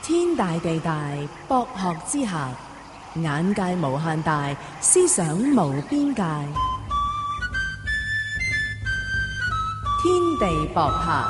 天大地大，博學之下，眼界無限大，思想無邊界。天地博客。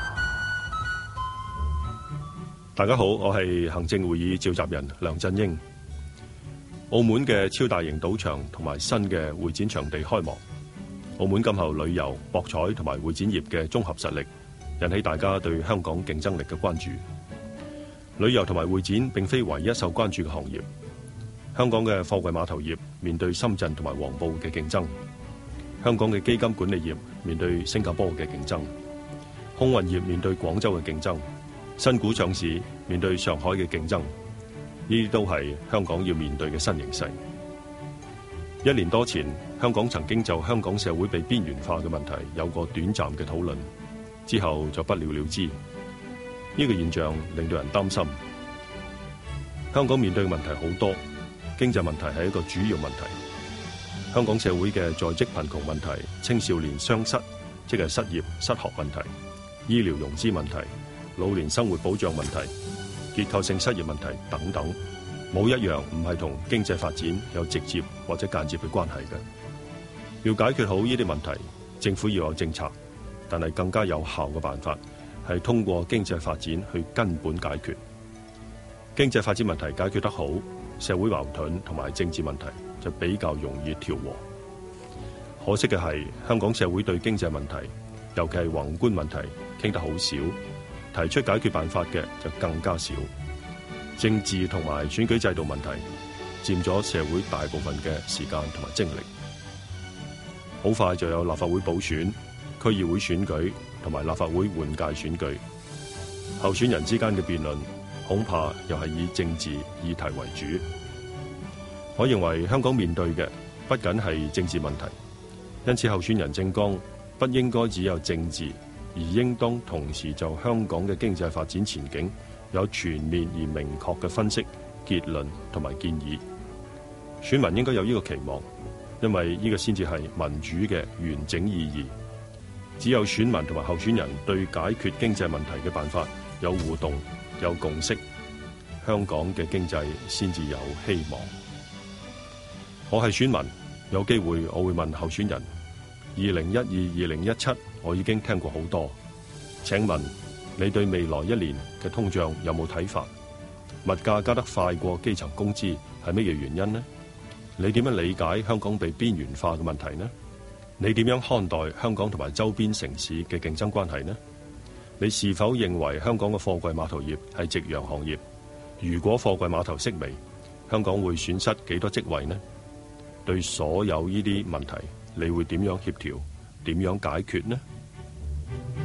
大家好，我係行政會議召集人梁振英。澳門嘅超大型賭場同埋新嘅會展場地開幕，澳門今後旅遊、博彩同埋會展業嘅綜合實力，引起大家對香港競爭力嘅關注。旅遊同埋會展並非唯一受關注嘅行業。香港嘅貨櫃碼頭業面對深圳同埋黃埔嘅競爭，香港嘅基金管理業面對新加坡嘅競爭，空運業面對廣州嘅競爭，新股上市面對上海嘅競爭，呢啲都係香港要面對嘅新形勢。1年多前，香港曾經就香港社會被邊緣化嘅問題有過短暫嘅討論，之後就不了了之。呢個現象令到人擔心。香港面對嘅問題好多，經濟問題係一個主要問題。香港社會嘅在職貧窮問題、青少年雙失，即係失業、失學問題、醫療融資問題、老年生活保障問題、結構性失業問題等等，冇一樣唔係同經濟發展有直接或者間接嘅關係嘅。要解決好呢啲問題，政府要有政策，但係更加有效嘅辦法係通過經濟發展去根本解決。經濟發展問題解決得好，社會矛盾同埋政治問題就比較容易調和。可惜嘅係，香港社會對經濟問題，尤其係宏觀問題傾得好少，提出解決辦法嘅就更加少。政治同埋選舉制度問題佔咗社會大部分嘅時間同埋精力。好快就有立法會補選、區議會選舉同埋立法會換屆選舉，候選人之間嘅辯論恐怕又係以政治議題為主。我認為香港面對嘅不僅係政治問題，因此候選人政綱不應該只有政治，而應當同時就香港嘅經濟發展前景有全面而明確嘅分析、結論同埋建議。選民應該有呢個期望，因為呢個先至係民主嘅完整意義。只有選民同埋候選人對解決經濟問題嘅辦法有互動、有共識，香港嘅經濟先至有希望。我係選民，有機會我會問候選人：2012、2017我已經聽過好多，請問你對未來1年嘅通脹有冇睇法？物價加得快過基層工資係乜嘢原因呢？你點樣理解香港被邊緣化嘅問題呢？你點樣看待香港同埋周邊城市嘅競爭關係呢？你是否認為香港嘅貨櫃碼頭業係夕陽行業？如果貨櫃碼頭式微，香港會損失幾多職位呢？對所有呢啲問題，你會點樣協調？點樣解決呢？